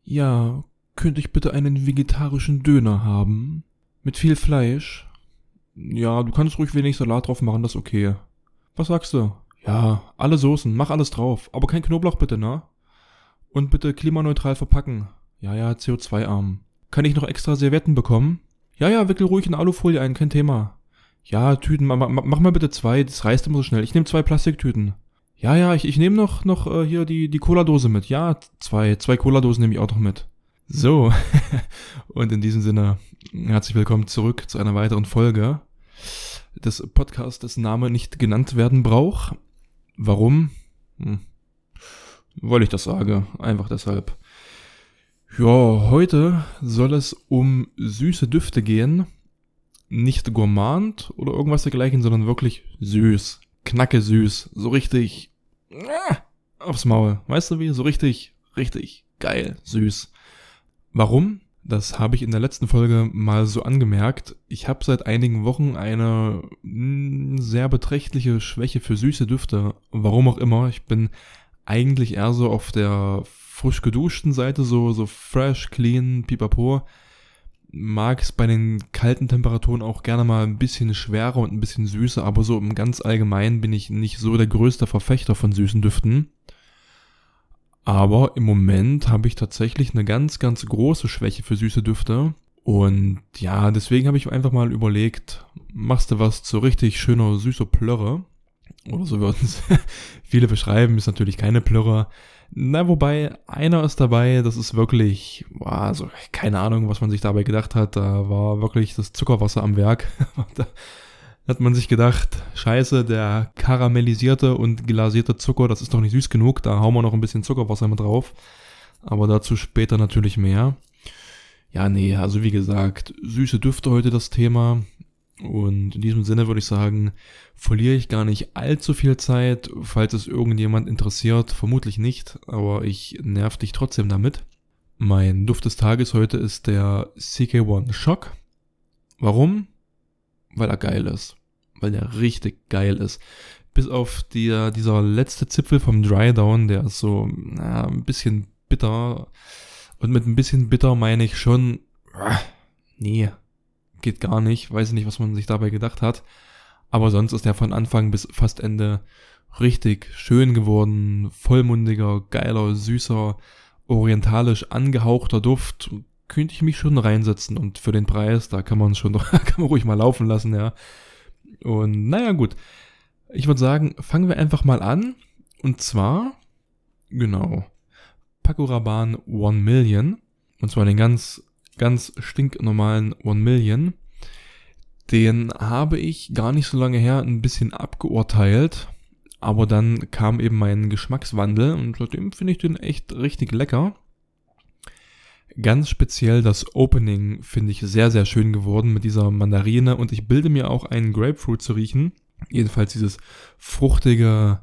Ja, könnte ich bitte einen vegetarischen Döner haben? Mit viel Fleisch? Ja, du kannst ruhig wenig Salat drauf machen, das ist okay. Was sagst du? Ja, alle Soßen, mach alles drauf, aber kein Knoblauch bitte, ne? Und bitte klimaneutral verpacken. Ja, CO2-arm. Kann ich noch extra Servietten bekommen? Ja, wickel ruhig in Alufolie ein, kein Thema. Ja, Tüten, mach mal bitte 2, das reißt immer so schnell. Ich nehme 2 Plastiktüten. Ja, ich nehme noch hier die Cola-Dose mit. Ja, 2 Cola-Dosen nehme ich auch noch mit. So, und in diesem Sinne, herzlich willkommen zurück zu einer weiteren Folge des Podcasts, dessen Name nicht genannt werden braucht. Warum? Weil ich das sage, einfach deshalb. Ja, heute soll es um süße Düfte gehen. Nicht gourmand oder irgendwas dergleichen, sondern wirklich süß. Knacke süß. So richtig aufs Maul. Weißt du wie? So richtig geil süß. Warum? Das habe ich in der letzten Folge mal so angemerkt. Ich habe seit einigen Wochen eine sehr beträchtliche Schwäche für süße Düfte. Warum auch immer. Ich bin eigentlich eher so auf der frisch geduschten Seite, so fresh, clean, pipapo. Mag es bei den kalten Temperaturen auch gerne mal ein bisschen schwerer und ein bisschen süßer, aber so im ganz Allgemeinen bin ich nicht so der größte Verfechter von süßen Düften. Aber im Moment habe ich tatsächlich eine ganz große Schwäche für süße Düfte. Und ja, deswegen habe ich einfach mal überlegt, machst du was zu richtig schöner, süßer Plörre? Oder so würden es viele beschreiben, ist natürlich keine Plörre. Na, wobei, einer ist dabei, das ist wirklich, also keine Ahnung, was man sich dabei gedacht hat. Da war wirklich das Zuckerwasser am Werk. Da hat man sich gedacht, scheiße, der karamellisierte und glasierte Zucker, das ist doch nicht süß genug, da hauen wir noch ein bisschen Zuckerwasser mit drauf. Aber dazu später natürlich mehr. Ja, nee, also wie gesagt, süße Düfte heute das Thema. Und in diesem Sinne würde ich sagen, verliere ich gar nicht allzu viel Zeit, falls es irgendjemand interessiert, vermutlich nicht, aber ich nerv dich trotzdem damit. Mein Duft des Tages heute ist der CK1 Shock. Warum? Weil er geil ist. Weil der richtig geil ist. Bis auf dieser letzte Zipfel vom Dry Down, der ist so ein bisschen bitter. Und mit ein bisschen bitter meine ich schon, nee, geht gar nicht. Weiß nicht, was man sich dabei gedacht hat. Aber sonst ist der von Anfang bis fast Ende richtig schön geworden. Vollmundiger, geiler, süßer, orientalisch angehauchter Duft. Könnte ich mich schon reinsetzen. Und für den Preis, da kann man ruhig mal laufen lassen, ja. Und naja, gut. Ich würde sagen, fangen wir einfach mal an. Und zwar, genau, Paco Rabanne 1 Million. Und zwar den ganz stinknormalen 1 Million. Den habe ich gar nicht so lange her ein bisschen abgeurteilt. Aber dann kam eben mein Geschmackswandel und seitdem finde ich den echt richtig lecker. Ganz speziell das Opening finde ich sehr schön geworden mit dieser Mandarine und ich bilde mir auch einen Grapefruit zu riechen. Jedenfalls dieses fruchtige,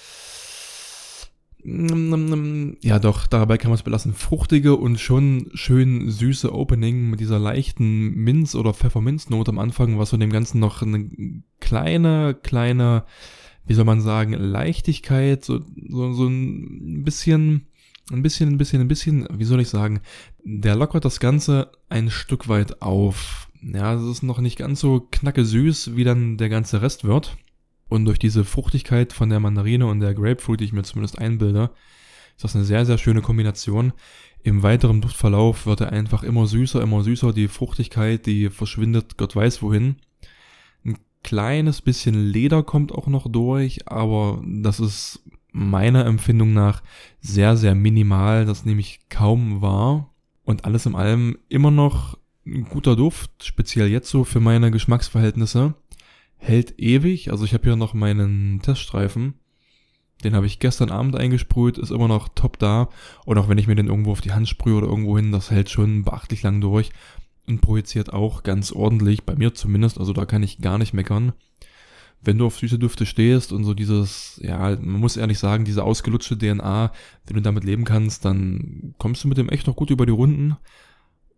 ja doch, dabei kann man es belassen, fruchtige und schon schön süße Opening mit dieser leichten Minz- oder Pfefferminznote am Anfang, was von dem Ganzen noch eine kleine, wie soll man sagen, Leichtigkeit, so ein bisschen, wie soll ich sagen, der lockert das Ganze ein Stück weit auf. Ja, es ist noch nicht ganz so knacke süß, wie dann der ganze Rest wird. Und durch diese Fruchtigkeit von der Mandarine und der Grapefruit, die ich mir zumindest einbilde, ist das eine sehr schöne Kombination. Im weiteren Duftverlauf wird er einfach immer süßer. Die Fruchtigkeit, die verschwindet Gott weiß wohin. Ein kleines bisschen Leder kommt auch noch durch, aber das ist meiner Empfindung nach sehr minimal, das nehme ich kaum wahr. Und alles in allem immer noch ein guter Duft, speziell jetzt so für meine Geschmacksverhältnisse. Hält ewig, also ich habe hier noch meinen Teststreifen. Den habe ich gestern Abend eingesprüht, ist immer noch top da. Und auch wenn ich mir den irgendwo auf die Hand sprühe oder irgendwo hin, das hält schon beachtlich lang durch. Und projiziert auch ganz ordentlich, bei mir zumindest, also da kann ich gar nicht meckern. Wenn du auf süße Düfte stehst und so dieses, ja, man muss ehrlich sagen, diese ausgelutschte DNA, wenn du damit leben kannst, dann kommst du mit dem echt noch gut über die Runden.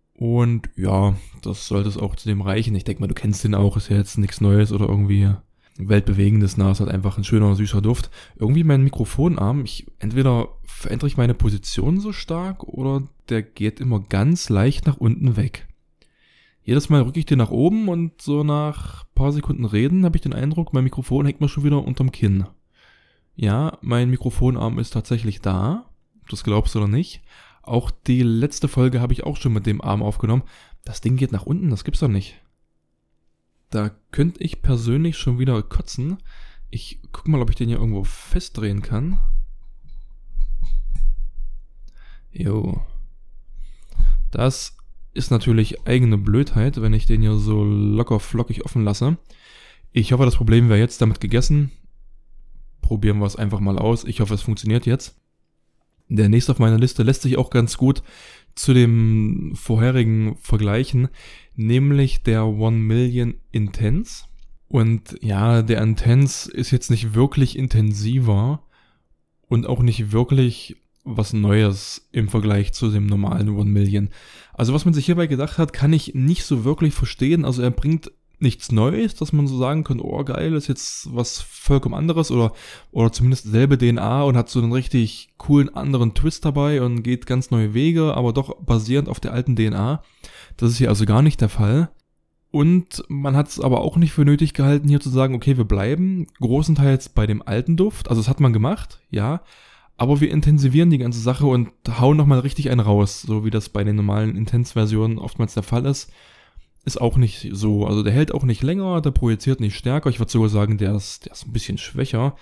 Und ja, das sollte es auch zu dem reichen. Ich denke mal, du kennst den auch, ist ja jetzt nichts Neues oder irgendwie weltbewegendes, na, ist halt einfach ein schöner, süßer Duft. Irgendwie mein Mikrofonarm, entweder verändere ich meine Position so stark oder der geht immer ganz leicht nach unten weg. Jedes Mal rücke ich den nach oben und so nach ein paar Sekunden Reden habe ich den Eindruck, mein Mikrofon hängt mir schon wieder unterm Kinn. Ja, mein Mikrofonarm ist tatsächlich da, ob du es glaubst oder nicht. Auch die letzte Folge habe ich auch schon mit dem Arm aufgenommen. Das Ding geht nach unten, das gibt's doch nicht. Da könnte ich persönlich schon wieder kotzen. Ich guck mal, ob ich den hier irgendwo festdrehen kann. Jo. Das ist natürlich eigene Blödheit, wenn ich den hier so locker flockig offen lasse. Ich hoffe, das Problem wäre jetzt damit gegessen. Probieren wir es einfach mal aus. Ich hoffe, es funktioniert jetzt. Der nächste auf meiner Liste lässt sich auch ganz gut zu dem vorherigen vergleichen, nämlich der 1 Million Intense. Und ja, der Intense ist jetzt nicht wirklich intensiver und auch nicht wirklich was Neues im Vergleich zu dem normalen 1 Million. Also was man sich hierbei gedacht hat, kann ich nicht so wirklich verstehen. Also er bringt nichts Neues, dass man so sagen kann, oh geil, ist jetzt was vollkommen anderes oder zumindest selbe DNA und hat so einen richtig coolen anderen Twist dabei und geht ganz neue Wege, aber doch basierend auf der alten DNA. Das ist hier also gar nicht der Fall. Und man hat es aber auch nicht für nötig gehalten, hier zu sagen, okay, wir bleiben großenteils bei dem alten Duft. Also das hat man gemacht, ja, aber wir intensivieren die ganze Sache und hauen nochmal richtig einen raus, so wie das bei den normalen Intense-Versionen oftmals der Fall ist. Ist auch nicht so, also der hält auch nicht länger, der projiziert nicht stärker. Ich würde sogar sagen, der ist ein bisschen schwächer.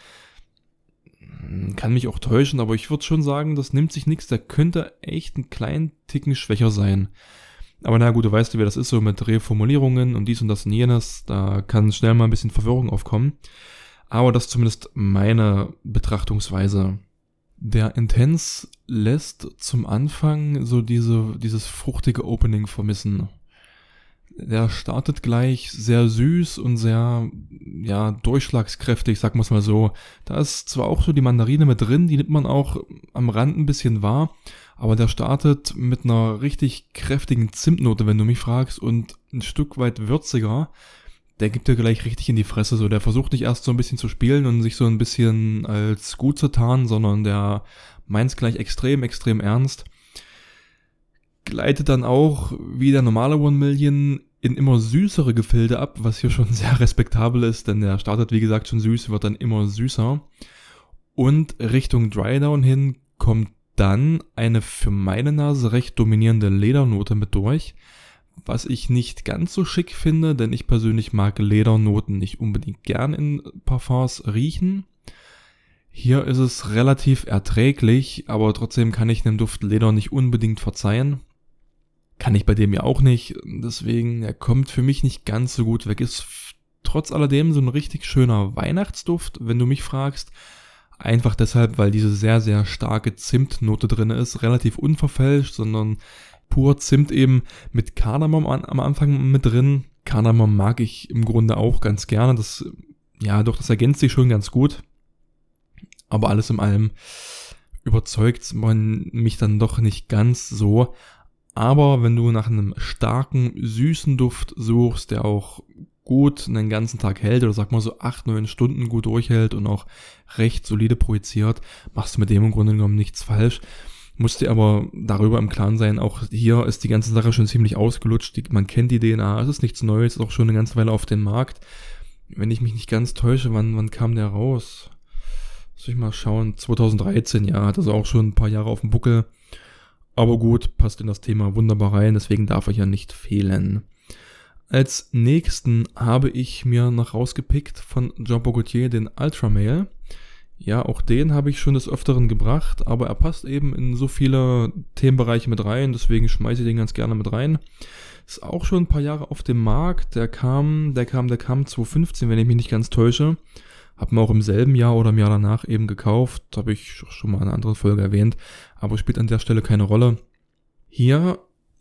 Kann mich auch täuschen, aber ich würde schon sagen, das nimmt sich nichts. Der könnte echt einen kleinen Ticken schwächer sein. Aber na gut, du weißt, wie das ist so mit Reformulierungen und dies und das und jenes. Da kann schnell mal ein bisschen Verwirrung aufkommen. Aber das ist zumindest meine Betrachtungsweise. Der Intense lässt zum Anfang so dieses fruchtige Opening vermissen. Der startet gleich sehr süß und sehr, ja, durchschlagskräftig, sagen wir es mal so. Da ist zwar auch so die Mandarine mit drin, die nimmt man auch am Rand ein bisschen wahr, aber der startet mit einer richtig kräftigen Zimtnote, wenn du mich fragst, und ein Stück weit würziger. Der gibt dir gleich richtig in die Fresse, so. Der versucht nicht erst so ein bisschen zu spielen und sich so ein bisschen als gut zu tarnen, sondern der meint's gleich extrem, extrem ernst. Gleitet dann auch, wie der normale 1 Million, in immer süßere Gefilde ab, was hier schon sehr respektabel ist, denn der startet, wie gesagt, schon süß, wird dann immer süßer. Und Richtung Drydown hin kommt dann eine für meine Nase recht dominierende Ledernote mit durch, was ich nicht ganz so schick finde, denn ich persönlich mag Ledernoten nicht unbedingt gern in Parfums riechen. Hier ist es relativ erträglich, aber trotzdem kann ich einem Duft Leder nicht unbedingt verzeihen. Kann ich bei dem ja auch nicht, deswegen, er kommt für mich nicht ganz so gut weg. Ist trotz alledem so ein richtig schöner Weihnachtsduft, wenn du mich fragst. Einfach deshalb, weil diese sehr, sehr starke Zimtnote drin ist, relativ unverfälscht, sondern pur Zimt eben mit Kardamom am Anfang mit drin. Kardamom mag ich im Grunde auch ganz gerne, das ergänzt sich schon ganz gut. Aber alles in allem überzeugt man mich dann doch nicht ganz so. Aber wenn du nach einem starken, süßen Duft suchst, der auch gut einen ganzen Tag hält oder sag mal so 8-9 Stunden gut durchhält und auch recht solide projiziert, machst du mit dem im Grunde genommen nichts falsch. Musst dir aber darüber im Klaren sein, auch hier ist die ganze Sache schon ziemlich ausgelutscht. Man kennt die DNA, es ist nichts Neues, ist auch schon eine ganze Weile auf den Markt. Wenn ich mich nicht ganz täusche, wann kam der raus? Soll ich mal schauen, 2013, ja, hat also auch schon ein paar Jahre auf dem Buckel. Aber gut, passt in das Thema wunderbar rein, deswegen darf er ja nicht fehlen. Als nächsten habe ich mir noch rausgepickt von Jean Paul Gaultier den Ultramale. Ja, auch den habe ich schon des Öfteren gebracht, aber er passt eben in so viele Themenbereiche mit rein, deswegen schmeiße ich den ganz gerne mit rein. Ist auch schon ein paar Jahre auf dem Markt, der kam 2015, wenn ich mich nicht ganz täusche. Hab mir auch im selben Jahr oder im Jahr danach eben gekauft. Habe ich schon mal in einer anderen Folge erwähnt. Aber spielt an der Stelle keine Rolle. Hier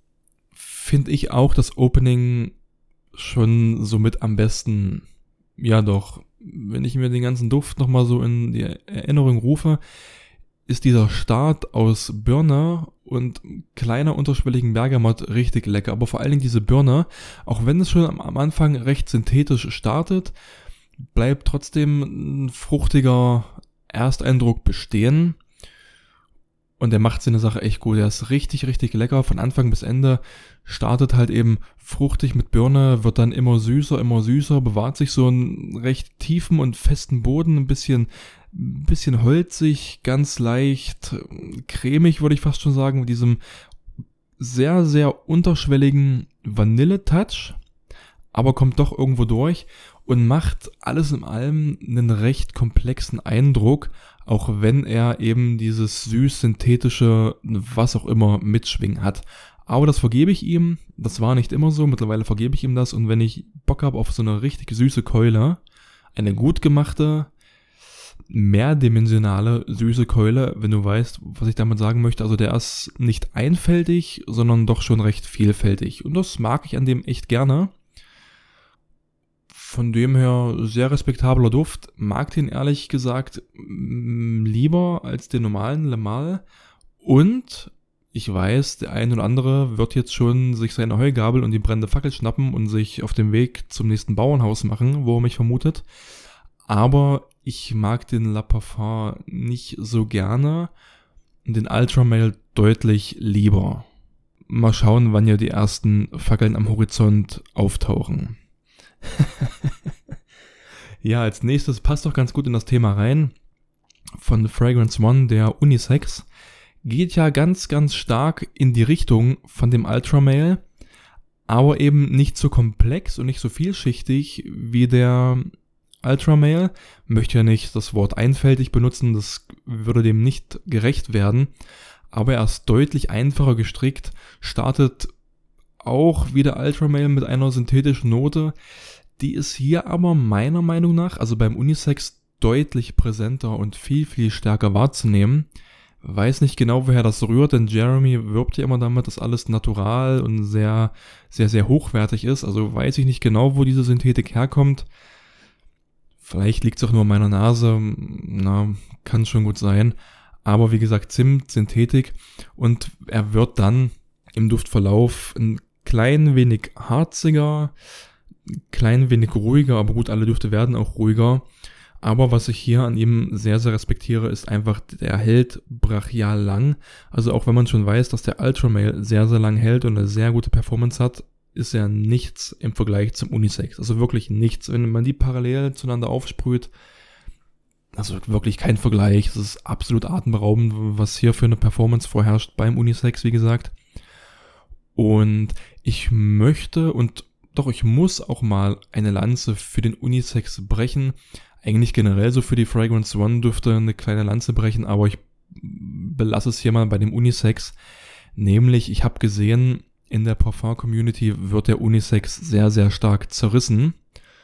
finde ich auch das Opening schon somit am besten. Ja doch, wenn ich mir den ganzen Duft nochmal so in die Erinnerung rufe, ist dieser Start aus Birne und kleiner unterschwelligen Bergamott richtig lecker. Aber vor allen Dingen diese Birne, auch wenn es schon am Anfang recht synthetisch startet, bleibt trotzdem ein fruchtiger Ersteindruck bestehen. Und der macht seine Sache echt gut. Der ist richtig, richtig lecker. Von Anfang bis Ende startet halt eben fruchtig mit Birne, wird dann immer süßer, bewahrt sich so einen recht tiefen und festen Boden, ein bisschen holzig, ganz leicht cremig, würde ich fast schon sagen, mit diesem sehr, sehr unterschwelligen Vanille-Touch, aber kommt doch irgendwo durch und macht alles in allem einen recht komplexen Eindruck, auch wenn er eben dieses süß-synthetische, was auch immer, mitschwingen hat. Aber das vergebe ich ihm, das war nicht immer so, mittlerweile vergebe ich ihm das, und wenn ich Bock habe auf so eine richtig süße Keule, eine gut gemachte, mehrdimensionale, süße Keule, wenn du weißt, was ich damit sagen möchte, also der ist nicht einfältig, sondern doch schon recht vielfältig, und das mag ich an dem echt gerne. Von dem her sehr respektabler Duft, mag den ehrlich gesagt lieber als den normalen Le Male, und ich weiß, der ein oder andere wird jetzt schon sich seine Heugabel und die brennende Fackel schnappen und sich auf den Weg zum nächsten Bauernhaus machen, wo er mich vermutet, aber ich mag den La Parfum nicht so gerne und den Ultra Male deutlich lieber. Mal schauen, wann ja die ersten Fackeln am Horizont auftauchen. Ja, als nächstes passt doch ganz gut in das Thema rein. Von Fragrance One, der Unisex, geht ja ganz, ganz stark in die Richtung von dem Ultra Male, aber eben nicht so komplex und nicht so vielschichtig wie der Ultra Male. Möchte ja nicht das Wort einfältig benutzen, das würde dem nicht gerecht werden, aber er ist deutlich einfacher gestrickt, startet auch wie der Ultra Male mit einer synthetischen Note. Die ist hier aber meiner Meinung nach, also beim Unisex, deutlich präsenter und viel, viel stärker wahrzunehmen. Weiß nicht genau, woher das rührt, denn Jeremy wirbt ja immer damit, dass alles natural und sehr, sehr, sehr hochwertig ist. Also weiß ich nicht genau, wo diese Synthetik herkommt. Vielleicht liegt es auch nur an meiner Nase. Na, kann schon gut sein. Aber wie gesagt, Zimt, Synthetik, und er wird dann im Duftverlauf ein klein wenig harziger, klein wenig ruhiger, aber gut, alle Düfte werden auch ruhiger. Aber was ich hier an ihm sehr, sehr respektiere, ist einfach, der hält brachial lang. Also auch wenn man schon weiß, dass der Ultra Male sehr, sehr lang hält und eine sehr gute Performance hat, ist er nichts im Vergleich zum Unisex. Also wirklich nichts. Wenn man die parallel zueinander aufsprüht, also wirklich kein Vergleich. Es ist absolut atemberaubend, was hier für eine Performance vorherrscht beim Unisex, wie gesagt. Und ich möchte und doch ich muss auch mal eine Lanze für den Unisex brechen. Eigentlich generell so für die Fragrance One Düfte eine kleine Lanze brechen, aber ich belasse es hier mal bei dem Unisex. Nämlich, ich habe gesehen, in der Parfum-Community wird der Unisex sehr, sehr stark zerrissen.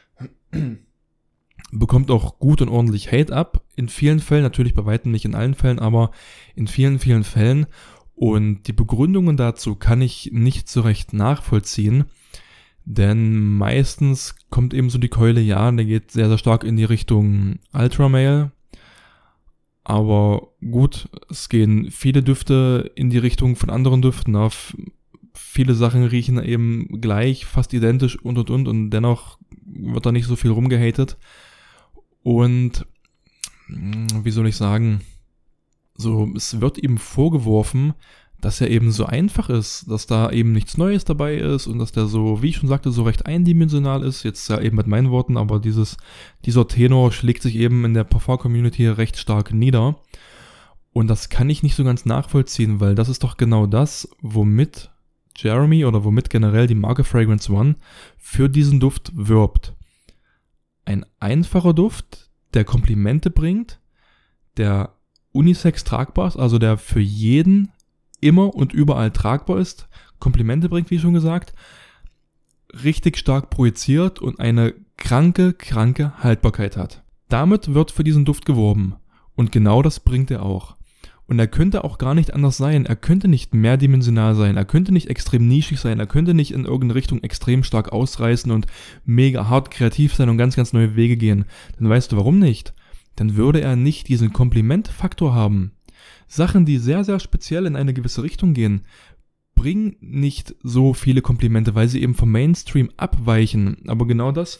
Bekommt auch gut und ordentlich Hate ab. In vielen Fällen, natürlich bei weitem nicht in allen Fällen, aber in vielen, vielen Fällen. Und die Begründungen dazu kann ich nicht so recht nachvollziehen, denn meistens kommt eben so die Keule, ja, der geht sehr, sehr stark in die Richtung Ultra Male, aber gut, es gehen viele Düfte in die Richtung von anderen Düften, viele Sachen riechen eben gleich, fast identisch und dennoch wird da nicht so viel rumgehatet. Und wie soll ich sagen, so, es wird ihm vorgeworfen, dass er eben so einfach ist, dass da eben nichts Neues dabei ist und dass der so, wie ich schon sagte, so recht eindimensional ist, jetzt ja eben mit meinen Worten, aber dieser Tenor schlägt sich eben in der Parfum-Community recht stark nieder. Und das kann ich nicht so ganz nachvollziehen, weil das ist doch genau das, womit Jeremy oder womit generell die Marke Fragrance One für diesen Duft wirbt. Ein einfacher Duft, der Komplimente bringt, der unisex tragbar ist, also der für jeden immer und überall tragbar ist, Komplimente bringt, wie schon gesagt, richtig stark projiziert und eine kranke Haltbarkeit hat. Damit wird für diesen Duft geworben. Und genau das bringt er auch. Und er könnte auch gar nicht anders sein. Er könnte nicht mehrdimensional sein. Er könnte nicht extrem nischig sein. Er könnte nicht in irgendeine Richtung extrem stark ausreißen und mega hart kreativ sein und ganz, ganz neue Wege gehen. Dann weißt du, warum nicht? Dann würde er nicht diesen Komplimentfaktor haben. Sachen, die sehr, sehr speziell in eine gewisse Richtung gehen, bringen nicht so viele Komplimente, weil sie eben vom Mainstream abweichen. Aber genau das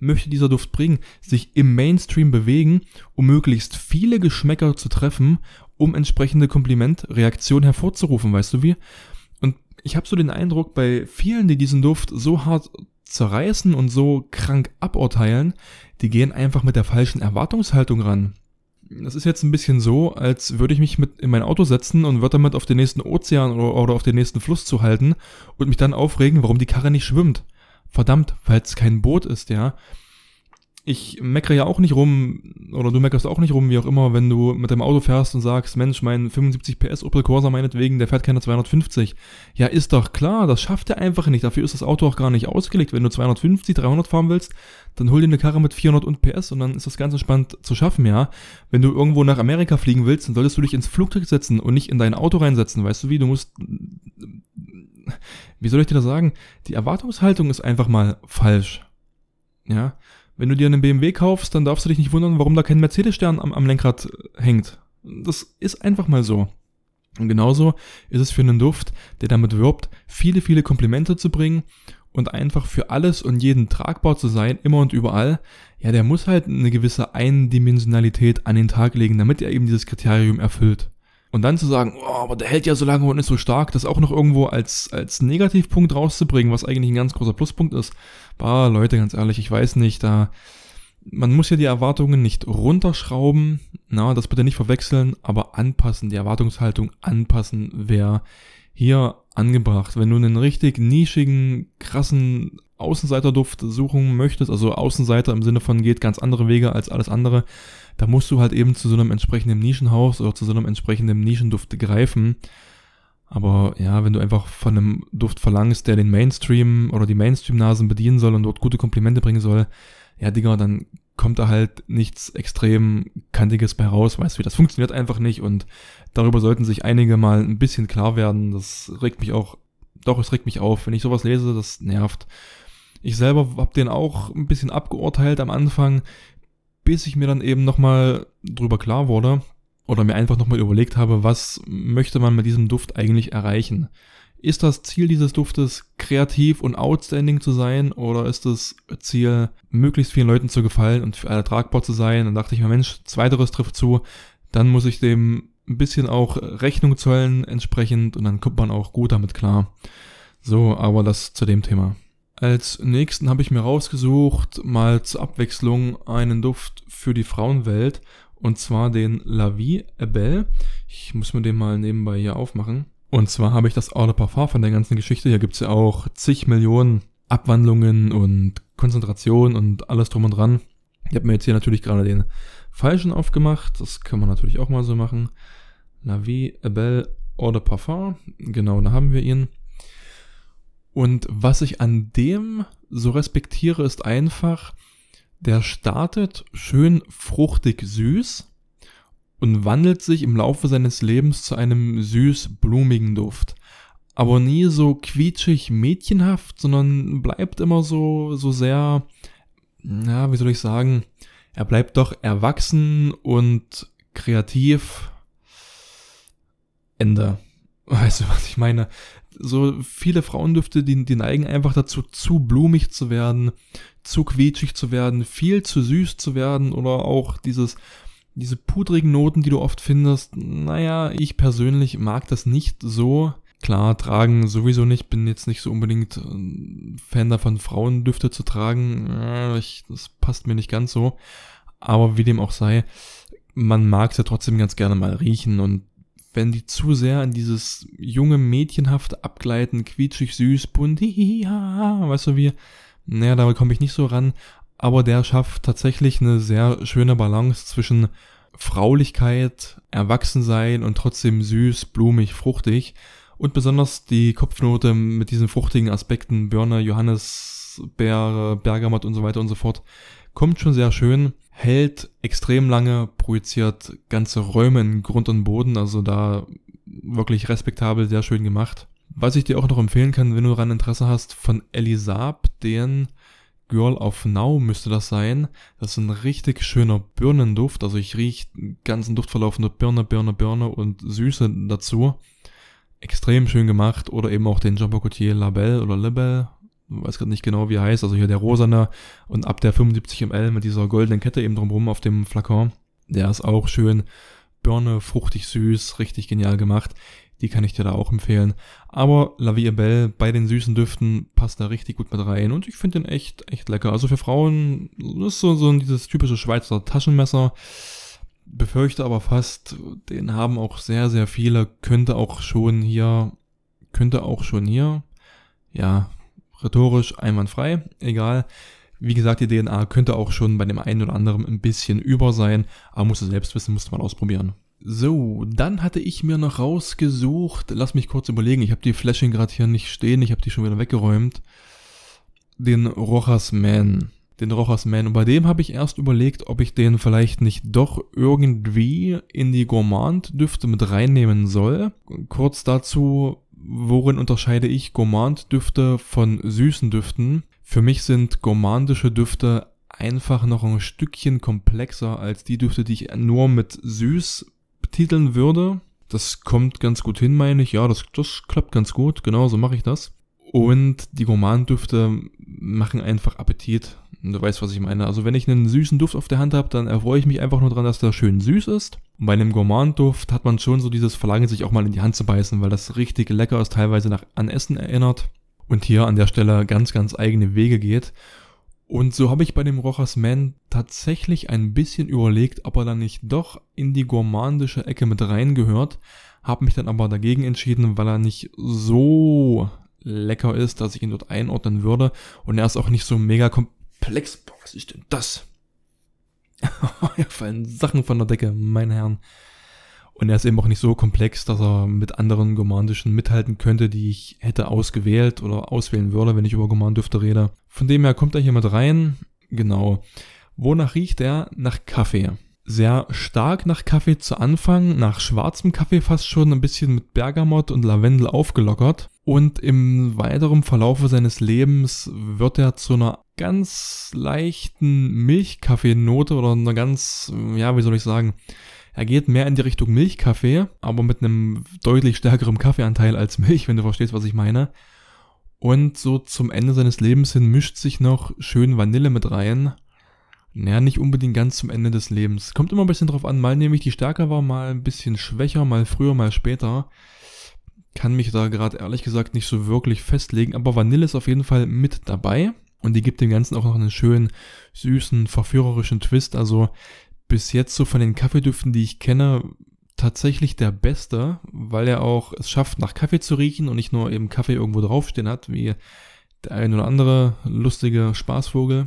möchte dieser Duft bringen? Sich im Mainstream bewegen, um möglichst viele Geschmäcker zu treffen, um entsprechende Komplimentreaktionen hervorzurufen, weißt du wie? Und ich habe so den Eindruck, bei vielen, die diesen Duft so hart zerreißen und so krank aburteilen, die gehen einfach mit der falschen Erwartungshaltung ran. Das ist jetzt ein bisschen so, als würde ich mich mit in mein Auto setzen und würde damit auf den nächsten Ozean oder auf den nächsten Fluss zu halten und mich dann aufregen, warum die Karre nicht schwimmt. Verdammt, weil es kein Boot ist, ja. Ich meckere ja auch nicht rum, oder du meckerst auch nicht rum, wie auch immer, wenn du mit deinem Auto fährst und sagst, Mensch, mein 75 PS Opel Corsa meinetwegen, der fährt keine 250. Ja, ist doch klar, das schafft er einfach nicht. Dafür ist das Auto auch gar nicht ausgelegt. Wenn du 250, 300 fahren willst, dann hol dir eine Karre mit 400 und PS und dann ist das ganz entspannt zu schaffen, ja. Wenn du irgendwo nach Amerika fliegen willst, dann solltest du dich ins Flugzeug setzen und nicht in dein Auto reinsetzen, weißt du wie? Du musst, wie soll ich dir das sagen? Die Erwartungshaltung ist einfach mal falsch, ja. Wenn du dir einen BMW kaufst, dann darfst du dich nicht wundern, warum da kein Mercedes-Stern am Lenkrad hängt. Das ist einfach mal so. Und genauso ist es für einen Duft, der damit wirbt, viele, viele Komplimente zu bringen und einfach für alles und jeden tragbar zu sein, immer und überall. Ja, der muss halt eine gewisse Eindimensionalität an den Tag legen, damit er eben dieses Kriterium erfüllt. Und dann zu sagen, oh, aber der hält ja so lange und ist so stark, das auch noch irgendwo als Negativpunkt rauszubringen, was eigentlich ein ganz großer Pluspunkt ist. Bah, Leute, ganz ehrlich, ich weiß nicht, man muss ja die Erwartungen nicht runterschrauben, das bitte nicht verwechseln, aber anpassen, die Erwartungshaltung anpassen wäre hier angebracht. Wenn du einen richtig nischigen, krassen Außenseiterduft suchen möchtest, also Außenseiter im Sinne von geht ganz andere Wege als alles andere, da musst du halt eben zu so einem entsprechenden Nischenhaus oder zu so einem entsprechenden Nischenduft greifen. Aber ja, wenn du einfach von einem Duft verlangst, der den Mainstream oder die Mainstream-Nasen bedienen soll und dort gute Komplimente bringen soll, ja Digga, dann kommt da halt nichts extrem Kantiges bei raus, weißt du wie, das funktioniert einfach nicht und darüber sollten sich einige mal ein bisschen klar werden. Das regt mich auch, doch, es regt mich auf, wenn ich sowas lese, das nervt. Ich selber habe den auch ein bisschen abgeurteilt am Anfang, bis ich mir dann eben nochmal drüber klar wurde oder mir einfach nochmal überlegt habe, was möchte man mit diesem Duft eigentlich erreichen? Ist das Ziel dieses Duftes, kreativ und outstanding zu sein oder ist das Ziel, möglichst vielen Leuten zu gefallen und für alle tragbar zu sein? Dann dachte ich mir, Mensch, zweiteres trifft zu, dann muss ich dem ein bisschen auch Rechnung zollen entsprechend und dann kommt man auch gut damit klar. So, aber das zu dem Thema. Als nächsten habe ich mir rausgesucht, mal zur Abwechslung einen Duft für die Frauenwelt und zwar den La Vie est Belle. Ich muss mir den mal nebenbei hier aufmachen. Und zwar habe ich das Eau de Parfum von der ganzen Geschichte. Hier gibt es ja auch zig Millionen Abwandlungen und Konzentrationen und alles drum und dran. Ich habe mir jetzt hier natürlich gerade den falschen aufgemacht. Das kann man natürlich auch mal so machen. La Vie est Belle Eau de Parfum. Genau, da haben wir ihn. Und was ich an dem so respektiere, ist einfach, der startet schön fruchtig süß und wandelt sich im Laufe seines Lebens zu einem süß-blumigen Duft. Aber nie so quietschig mädchenhaft, sondern bleibt immer so sehr, wie soll ich sagen, er bleibt doch erwachsen und kreativ. Ende. Weißt du, was ich meine? So viele Frauendüfte, die neigen einfach dazu, zu blumig zu werden, zu quietschig zu werden, viel zu süß zu werden oder auch diese pudrigen Noten, die du oft findest. Naja, ich persönlich mag das nicht so. Klar, tragen sowieso nicht, bin jetzt nicht so unbedingt Fan davon, Frauendüfte zu tragen. Das passt mir nicht ganz so. Aber wie dem auch sei, man mag es ja trotzdem ganz gerne mal riechen und wenn die zu sehr in dieses junge Mädchenhafte abgleiten, quietschig, süß, bunt, hihiha, weißt du wie, da komme ich nicht so ran, aber der schafft tatsächlich eine sehr schöne Balance zwischen Fraulichkeit, Erwachsensein und trotzdem süß, blumig, fruchtig und besonders die Kopfnote mit diesen fruchtigen Aspekten, Birne, Johannisbeere, Bergamott und so weiter und so fort, kommt schon sehr schön. Hält extrem lange, projiziert ganze Räume in Grund und Boden, also da wirklich respektabel, sehr schön gemacht. Was ich dir auch noch empfehlen kann, wenn du daran Interesse hast, von Elisab, den Girl of Now müsste das sein. Das ist ein richtig schöner Birnenduft, also ich rieche den ganzen Duftverlauf nur Birne und Süße dazu. Extrem schön gemacht oder eben auch den Jean Paul Gaultier Label oder Libel, weiß gerade nicht genau, wie er heißt, also hier der rosane und ab der 75 ml mit dieser goldenen Kette eben drumherum auf dem Flakon. Der ist auch schön Birne, fruchtig süß, richtig genial gemacht. Die kann ich dir da auch empfehlen. Aber La Vie est Belle bei den süßen Düften passt da richtig gut mit rein und ich finde den echt lecker. Also für Frauen ist so dieses typische Schweizer Taschenmesser. Befürchte aber fast, den haben auch sehr, sehr viele, könnte auch schon hier, ja, rhetorisch einwandfrei, egal. Wie gesagt, die DNA könnte auch schon bei dem einen oder anderen ein bisschen über sein, aber musst du selbst wissen, musst du mal ausprobieren. So, dann hatte ich mir noch rausgesucht, lass mich kurz überlegen, ich habe die Fläschchen gerade hier nicht stehen, ich habe die schon wieder weggeräumt, den Rojas Man. Und bei dem habe ich erst überlegt, ob ich den vielleicht nicht doch irgendwie in die Gourmand-Düfte mit reinnehmen soll. Kurz dazu, worin unterscheide ich Gourmand-Düfte von süßen Düften? Für mich sind gourmandische Düfte einfach noch ein Stückchen komplexer als die Düfte, die ich nur mit süß betiteln würde. Das kommt ganz gut hin, meine ich. Ja, das klappt ganz gut. Genau, so mache ich das. Und die Gourmand-Düfte machen einfach Appetit. Du weißt, was ich meine. Also wenn ich einen süßen Duft auf der Hand habe, dann erfreue ich mich einfach nur dran, dass der schön süß ist. Und bei einem Gourmand-Duft hat man schon so dieses Verlangen, sich auch mal in die Hand zu beißen, weil das richtig lecker ist, teilweise an Essen erinnert. Und hier an der Stelle ganz, ganz eigene Wege geht. Und so habe ich bei dem Rojas Man tatsächlich ein bisschen überlegt, ob er dann nicht doch in die gourmandische Ecke mit reingehört. Habe mich dann aber dagegen entschieden, weil er nicht so lecker ist, dass ich ihn dort einordnen würde. Und er ist auch nicht so mega komplex. Boah, was ist denn das? Hier fallen Sachen von der Decke, meine Herren. Und er ist eben auch nicht so komplex, dass er mit anderen gourmandischen mithalten könnte, die ich hätte ausgewählt oder auswählen würde, wenn ich über Gourmand-Düfte rede. Von dem her kommt er hier mit rein. Genau. Wonach riecht er? Nach Kaffee. Sehr stark nach Kaffee zu Anfang, nach schwarzem Kaffee fast schon, ein bisschen mit Bergamott und Lavendel aufgelockert. Und im weiteren Verlaufe seines Lebens wird er zu einer ganz leichten Milchkaffeenote oder einer ganz, ja, wie soll ich sagen, er geht mehr in die Richtung Milchkaffee, aber mit einem deutlich stärkeren Kaffeeanteil als Milch, wenn du verstehst, was ich meine. Und so zum Ende seines Lebens hin mischt sich noch schön Vanille mit rein. Naja, nicht unbedingt ganz zum Ende des Lebens. Kommt immer ein bisschen drauf an, mal nehme ich die stärker war, mal ein bisschen schwächer, mal früher, mal später. Kann mich da gerade ehrlich gesagt nicht so wirklich festlegen, aber Vanille ist auf jeden Fall mit dabei. Und die gibt dem Ganzen auch noch einen schönen, süßen, verführerischen Twist. Also bis jetzt so von den Kaffeedüften, die ich kenne, tatsächlich der beste, weil er auch es schafft, nach Kaffee zu riechen und nicht nur eben Kaffee irgendwo draufstehen hat, wie der ein oder andere lustige Spaßvogel.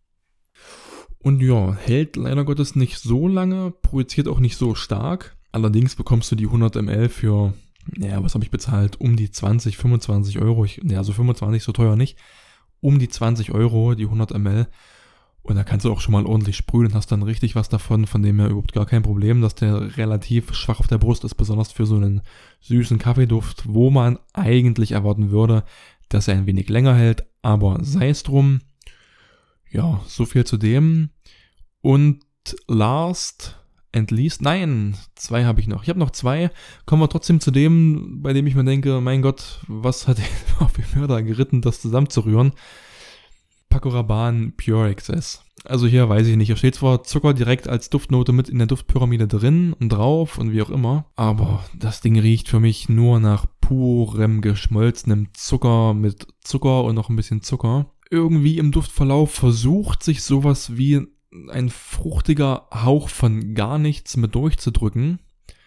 Und ja, hält leider Gottes nicht so lange, projiziert auch nicht so stark. Allerdings bekommst du die 100 ml für, ja, was habe ich bezahlt? Um die 20, 25 Euro. Also 25 so teuer nicht. Um die 20 Euro, die 100 ml. Und da kannst du auch schon mal ordentlich sprühen und hast dann richtig was davon, von dem her überhaupt gar kein Problem, dass der relativ schwach auf der Brust ist, besonders für so einen süßen Kaffeeduft, wo man eigentlich erwarten würde, dass er ein wenig länger hält, aber sei es drum. Ja, so viel zu dem. Und last and least, nein, 2 habe ich noch. Ich habe noch 2, kommen wir trotzdem zu dem, bei dem ich mir denke, mein Gott, was hat der auf die Mörder geritten, das zusammenzurühren? Paco Rabanne Pure Excess. Also hier weiß ich nicht, hier steht zwar Zucker direkt als Duftnote mit in der Duftpyramide drin und drauf und wie auch immer, aber das Ding riecht für mich nur nach purem geschmolzenem Zucker mit Zucker und noch ein bisschen Zucker. Irgendwie im Duftverlauf versucht sich sowas wie ein fruchtiger Hauch von gar nichts mit durchzudrücken,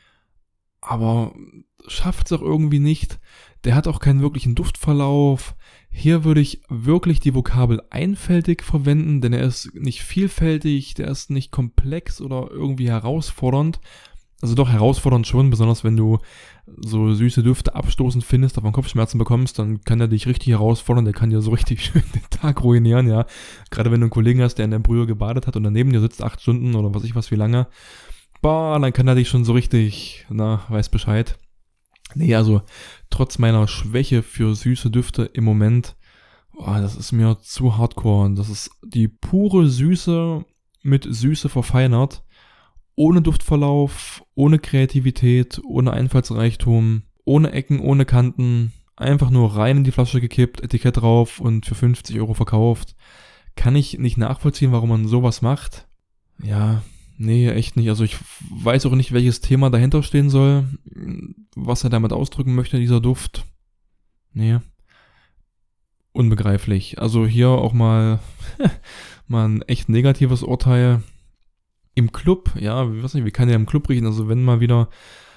aber schafft es auch irgendwie nicht. Der hat auch keinen wirklichen Duftverlauf. Hier würde ich wirklich die Vokabel einfältig verwenden, denn er ist nicht vielfältig, der ist nicht komplex oder irgendwie herausfordernd. Also doch herausfordernd schon, besonders wenn du so süße Düfte abstoßend findest, davon Kopfschmerzen bekommst, dann kann er dich richtig herausfordern, der kann dir so richtig schön den Tag ruinieren, ja. Gerade wenn du einen Kollegen hast, der in der Brühe gebadet hat und daneben dir sitzt 8 Stunden oder was ich was wie lange, boah, dann kann er dich schon so richtig, weiß Bescheid. Nee, also trotz meiner Schwäche für süße Düfte im Moment, das ist mir zu hardcore. Und das ist die pure Süße mit Süße verfeinert, ohne Duftverlauf, ohne Kreativität, ohne Einfallsreichtum, ohne Ecken, ohne Kanten. einfach nur rein in die Flasche gekippt, Etikett drauf und für 50 Euro verkauft. Kann ich nicht nachvollziehen, warum man sowas macht. Ja, nee, echt nicht. Also ich weiß auch nicht, welches Thema dahinter stehen soll, was er damit ausdrücken möchte, dieser Duft. Nee, unbegreiflich. Also hier auch mal, mal ein echt negatives Urteil. Im Club, ja, ich weiß nicht, wie kann der im Club riechen? Also wenn mal wieder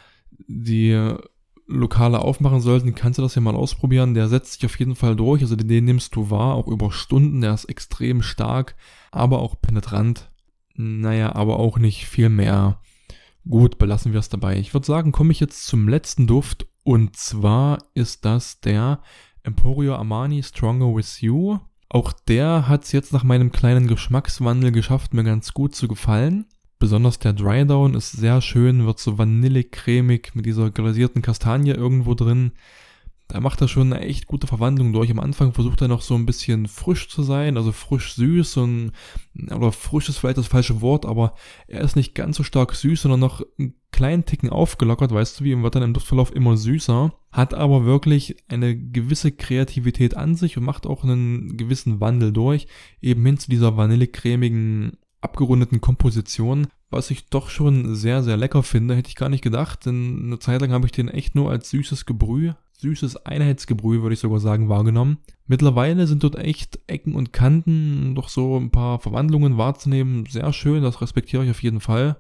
die Lokale aufmachen sollten, kannst du das ja mal ausprobieren. Der setzt sich auf jeden Fall durch. Also den nimmst du wahr, auch über Stunden. Der ist extrem stark, aber auch penetrant. Naja, aber auch nicht viel mehr. Gut, belassen wir es dabei. Ich würde sagen, komme ich jetzt zum letzten Duft. Und zwar ist das der Emporio Armani Stronger With You. Auch der hat es jetzt nach meinem kleinen Geschmackswandel geschafft, mir ganz gut zu gefallen. Besonders der Dry Down ist sehr schön, wird so vanillig-cremig mit dieser glasierten Kastanie irgendwo drin. Da macht er schon eine echt gute Verwandlung durch. Am Anfang versucht er noch so ein bisschen frisch zu sein, also frisch-süß oder frisch ist vielleicht das falsche Wort, aber er ist nicht ganz so stark süß, sondern noch einen kleinen Ticken aufgelockert, weißt du wie, und wird dann im Duftverlauf immer süßer. Hat aber wirklich eine gewisse Kreativität an sich und macht auch einen gewissen Wandel durch, eben hin zu dieser vanillig-cremigen abgerundeten Komposition, was ich doch schon sehr, sehr lecker finde, hätte ich gar nicht gedacht, denn eine Zeit lang habe ich den echt nur als süßes Einheitsgebrüh, würde ich sogar sagen, wahrgenommen. Mittlerweile sind dort echt Ecken und Kanten, doch so ein paar Verwandlungen wahrzunehmen, sehr schön, das respektiere ich auf jeden Fall.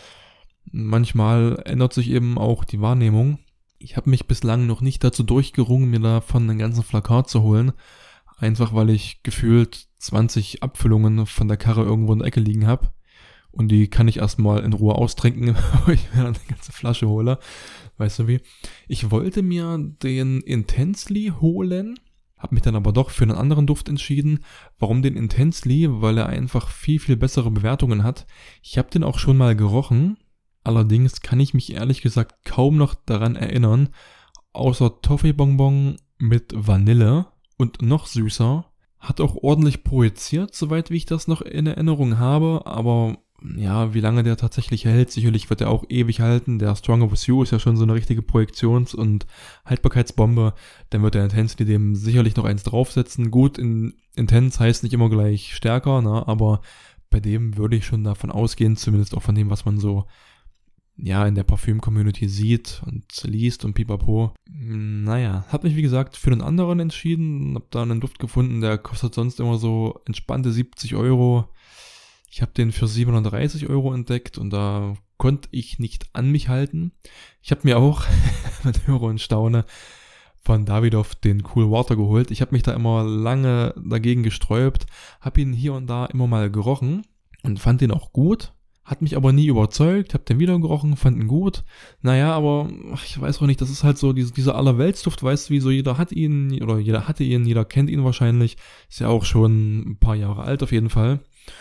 Manchmal ändert sich eben auch die Wahrnehmung. Ich habe mich bislang noch nicht dazu durchgerungen, mir davon einen ganzen Flakon zu holen, einfach weil ich gefühlt 20 Abfüllungen von der Karre irgendwo in der Ecke liegen habe. Und die kann ich erstmal in Ruhe austrinken, bevor ich mir dann eine ganze Flasche hole. Weißt du wie? Ich wollte mir den Intensely holen, habe mich dann aber doch für einen anderen Duft entschieden. Warum den Intensely? Weil er einfach viel, viel bessere Bewertungen hat. Ich habe den auch schon mal gerochen. Allerdings kann ich mich ehrlich gesagt kaum noch daran erinnern. Außer Toffee-Bonbon mit Vanille und noch süßer. Hat auch ordentlich projiziert, soweit wie ich das noch in Erinnerung habe, aber ja, wie lange der tatsächlich hält, sicherlich wird er auch ewig halten. Der Stronger With You ist ja schon so eine richtige Projektions- und Haltbarkeitsbombe, dann wird der Intensity dem sicherlich noch eins draufsetzen. Gut, Intense heißt nicht immer gleich stärker, ne? Aber bei dem würde ich schon davon ausgehen, zumindest auch von dem, was man so ja in der Parfüm-Community sieht und liest und pipapo. Naja, habe mich wie gesagt für einen anderen entschieden, habe da einen Duft gefunden, der kostet sonst immer so entspannte 70 Euro. Ich habe den für 37 Euro entdeckt und da konnte ich nicht an mich halten. Ich habe mir auch, mit Höre und Staune, von Davidoff den Cool Water geholt. Ich habe mich da immer lange dagegen gesträubt, habe ihn hier und da immer mal gerochen und fand ihn auch gut. Hat mich aber nie überzeugt, hab den wieder gerochen, fand ihn gut. Naja, aber ich weiß auch nicht, das ist halt so dieser Allerweltsduft, weißt du, wie so jeder hat ihn, oder jeder hatte ihn, jeder kennt ihn wahrscheinlich. Ist ja auch schon ein paar Jahre alt auf jeden Fall.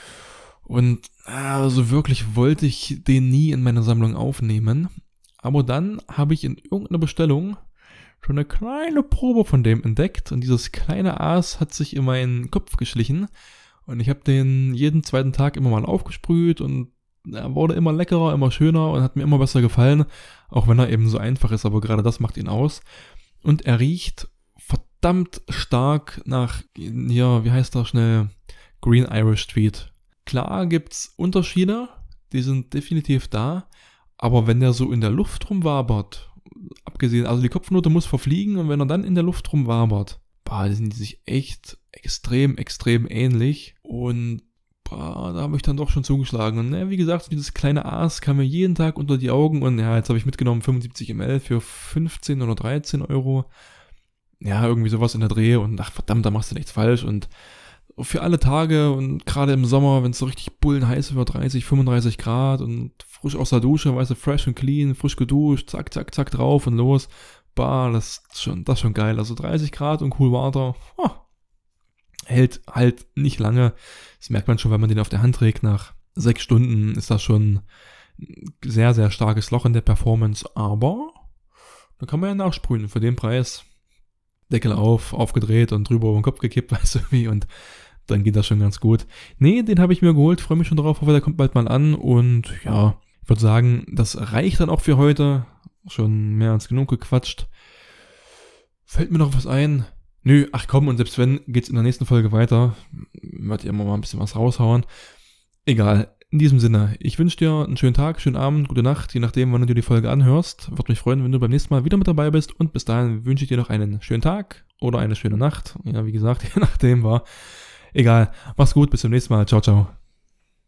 Und also wirklich wollte ich den nie in meine Sammlung aufnehmen. Aber dann habe ich in irgendeiner Bestellung schon eine kleine Probe von dem entdeckt. Und dieses kleine Aas hat sich in meinen Kopf geschlichen. Und ich habe den jeden zweiten Tag immer mal aufgesprüht und er wurde immer leckerer, immer schöner und hat mir immer besser gefallen, auch wenn er eben so einfach ist, aber gerade das macht ihn aus. Und er riecht verdammt stark nach, ja, wie heißt das schnell, Green Irish Tweed. Klar gibt's Unterschiede, die sind definitiv da, aber wenn der so in der Luft rumwabert, abgesehen, also die Kopfnote muss verfliegen und wenn er dann in der Luft rumwabert, die sind die sich echt extrem, extrem ähnlich und da habe ich dann doch schon zugeschlagen. Und wie gesagt, dieses kleine Aas kam mir jeden Tag unter die Augen und ja, jetzt habe ich mitgenommen 75 ml für 15 oder 13 Euro. Ja, irgendwie sowas in der Dreh und ach verdammt, da machst du nichts falsch und für alle Tage und gerade im Sommer, wenn es so richtig bullenheiß wird, 30, 35 Grad und frisch aus der Dusche, weißt du, fresh und clean, frisch geduscht, zack, zack, zack drauf und los. Das ist schon geil. Also 30 Grad und Cool Water, hält halt nicht lange. Das merkt man schon, wenn man den auf der Hand trägt. Nach 6 Stunden ist das schon ein sehr, sehr starkes Loch in der Performance. Aber da kann man ja nachsprühen. Für den Preis Deckel aufgedreht und drüber über den Kopf gekippt, weißt du wie. Und dann geht das schon ganz gut. Nee, den habe ich mir geholt. Freue mich schon drauf. Hoffe, der kommt bald mal an. Und ja, ich würde sagen, das reicht dann auch für heute. Schon mehr als genug gequatscht. Fällt mir noch was ein? Nö, ach komm, und selbst wenn, geht's in der nächsten Folge weiter. Werd ich immer mal ein bisschen was raushauen. Egal, in diesem Sinne, ich wünsche dir einen schönen Tag, schönen Abend, gute Nacht, je nachdem, wann du dir die Folge anhörst. Würde mich freuen, wenn du beim nächsten Mal wieder mit dabei bist. Und bis dahin wünsche ich dir noch einen schönen Tag oder eine schöne Nacht. Ja, wie gesagt, je nachdem war. Egal, mach's gut, bis zum nächsten Mal. Ciao, ciao.